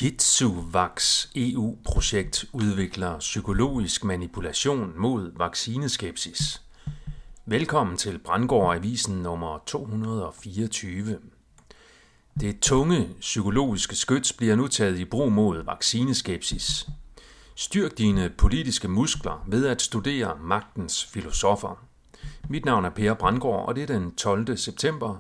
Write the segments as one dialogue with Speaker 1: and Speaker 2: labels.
Speaker 1: JITSUVAX EU-projekt udvikler psykologisk manipulation mod vaccineskepsis. Velkommen til Brandgård Avisen nummer 224. Det tunge psykologiske skyts bliver nu taget i brug mod vaccineskepsis. Styrk dine politiske muskler ved at studere magtens filosofer. Mit navn er Per Brandgård, og det er den 12. september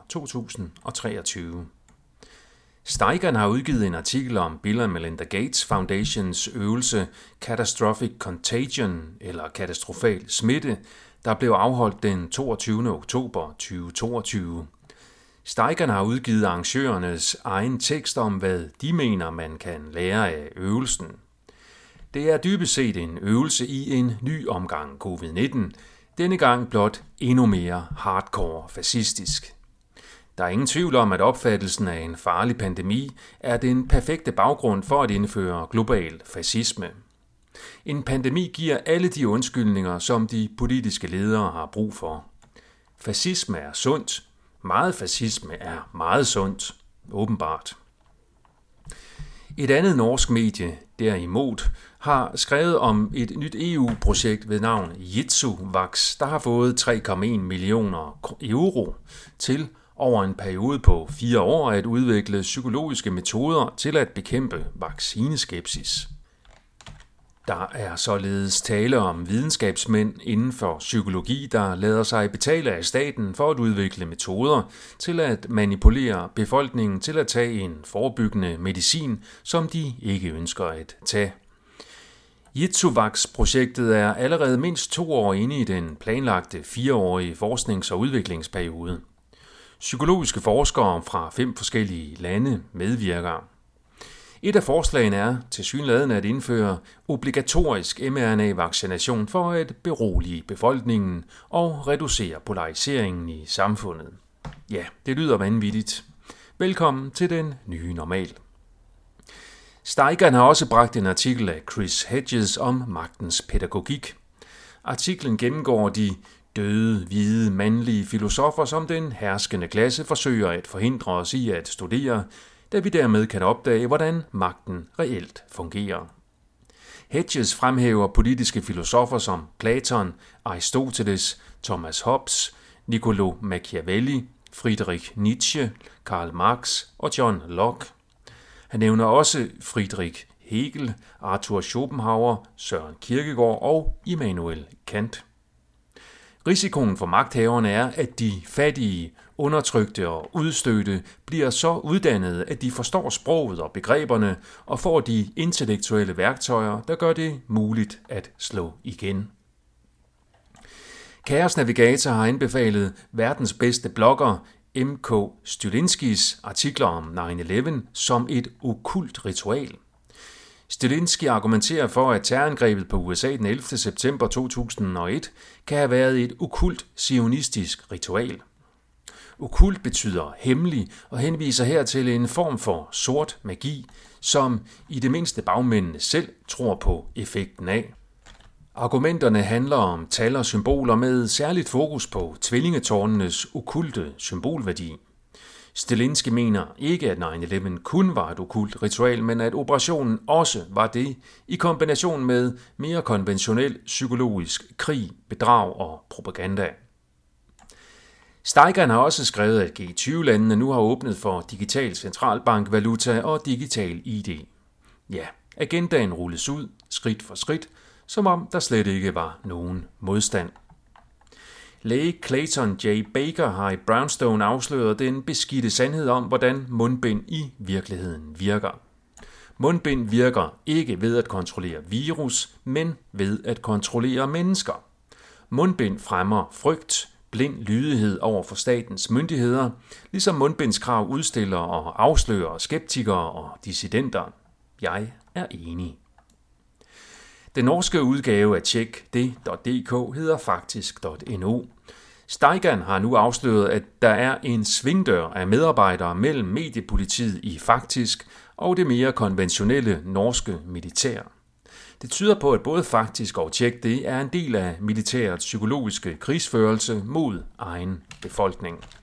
Speaker 1: 2023. Steigen har udgivet en artikel om Bill and Melinda Gates Foundations øvelse Catastrophic Contagion, eller katastrofal smitte, der blev afholdt den 22. oktober 2022. Steigen har udgivet arrangørernes egen tekst om, hvad de mener, man kan lære af øvelsen. Det er dybest set en øvelse i en ny omgang covid-19, denne gang blot endnu mere hardcore fascistisk. Der er ingen tvivl om, at opfattelsen af en farlig pandemi er den perfekte baggrund for at indføre global fascisme. En pandemi giver alle de undskyldninger, som de politiske ledere har brug for. Fascisme er sundt. Meget fascisme er meget sundt. Åbenbart. Et andet norsk medie, derimod, har skrevet om et nyt EU-projekt ved navn JITSUVAX, der har fået 3,1 millioner euro til over en periode på 4 år at udvikle psykologiske metoder til at bekæmpe vaccineskepsis. Der er således tale om videnskabsmænd inden for psykologi, der lader sig betale af staten for at udvikle metoder til at manipulere befolkningen til at tage en forebyggende medicin, som de ikke ønsker at tage. JITSUVAX-projektet er allerede mindst 2 år inde i den planlagte 4-årige forsknings- og udviklingsperiode. Psykologiske forskere fra 5 forskellige lande medvirker. Et af forslagene er tilsyneladende at indføre obligatorisk mRNA-vaccination for at berolige befolkningen og reducere polariseringen i samfundet. Ja, det lyder vanvittigt. Velkommen til den nye normal. Steigen har også bragt en artikel af Chris Hedges om magtens pædagogik. Artiklen gennemgår de døde, hvide, mandlige filosofer, som den herskende klasse forsøger at forhindre os i at studere, da vi dermed kan opdage, hvordan magten reelt fungerer. Hedges fremhæver politiske filosofer som Platon, Aristoteles, Thomas Hobbes, Niccolò Machiavelli, Friedrich Nietzsche, Karl Marx og John Locke. Han nævner også Friedrich Hegel, Arthur Schopenhauer, Søren Kierkegaard og Immanuel Kant. Risikoen for magthaverne er, at de fattige, undertrykte og udstødte bliver så uddannede, at de forstår sproget og begreberne og får de intellektuelle værktøjer, der gør det muligt at slå igen. Kaos Navigator har anbefalet verdens bedste blogger M.K. Stylinskis artikler om 9/11 som et okkult ritual. Stylinski argumenterer for, at terrorangrebet på USA den 11. september 2001 kan have været et okkult zionistisk ritual. Okkult betyder hemmelig og henviser her til en form for sort magi, som i det mindste bagmændene selv tror på effekten af. Argumenterne handler om tal og symboler med særligt fokus på tvillingetårnenes okkulte symbolværdi. Stylinski mener ikke, at 9/11 kun var et okkult ritual, men at operationen også var det, i kombination med mere konventionel psykologisk krig, bedrag og propaganda. Steigen har også skrevet, at G20-landene nu har åbnet for digital centralbankvaluta og digital ID. Ja, agendaen rulles ud, skridt for skridt, som om der slet ikke var nogen modstand. Læge Clayton J. Baker har i Brownstone afsløret den beskidte sandhed om, hvordan mundbind i virkeligheden virker. Mundbind virker ikke ved at kontrollere virus, men ved at kontrollere mennesker. Mundbind fremmer frygt, blind lydighed over for statens myndigheder, ligesom mundbindskrav udstiller og afslører skeptikere og dissidenter. Jeg er enig. Den norske udgave af tjekdet.dk hedder faktisk.no. Steigen har nu afsløret, at der er en svingdør af medarbejdere mellem mediepolitiet i Faktisk og det mere konventionelle norske militær. Det tyder på, at både Faktisk og tjekdet er en del af militærets psykologiske krigsførelse mod egen befolkning.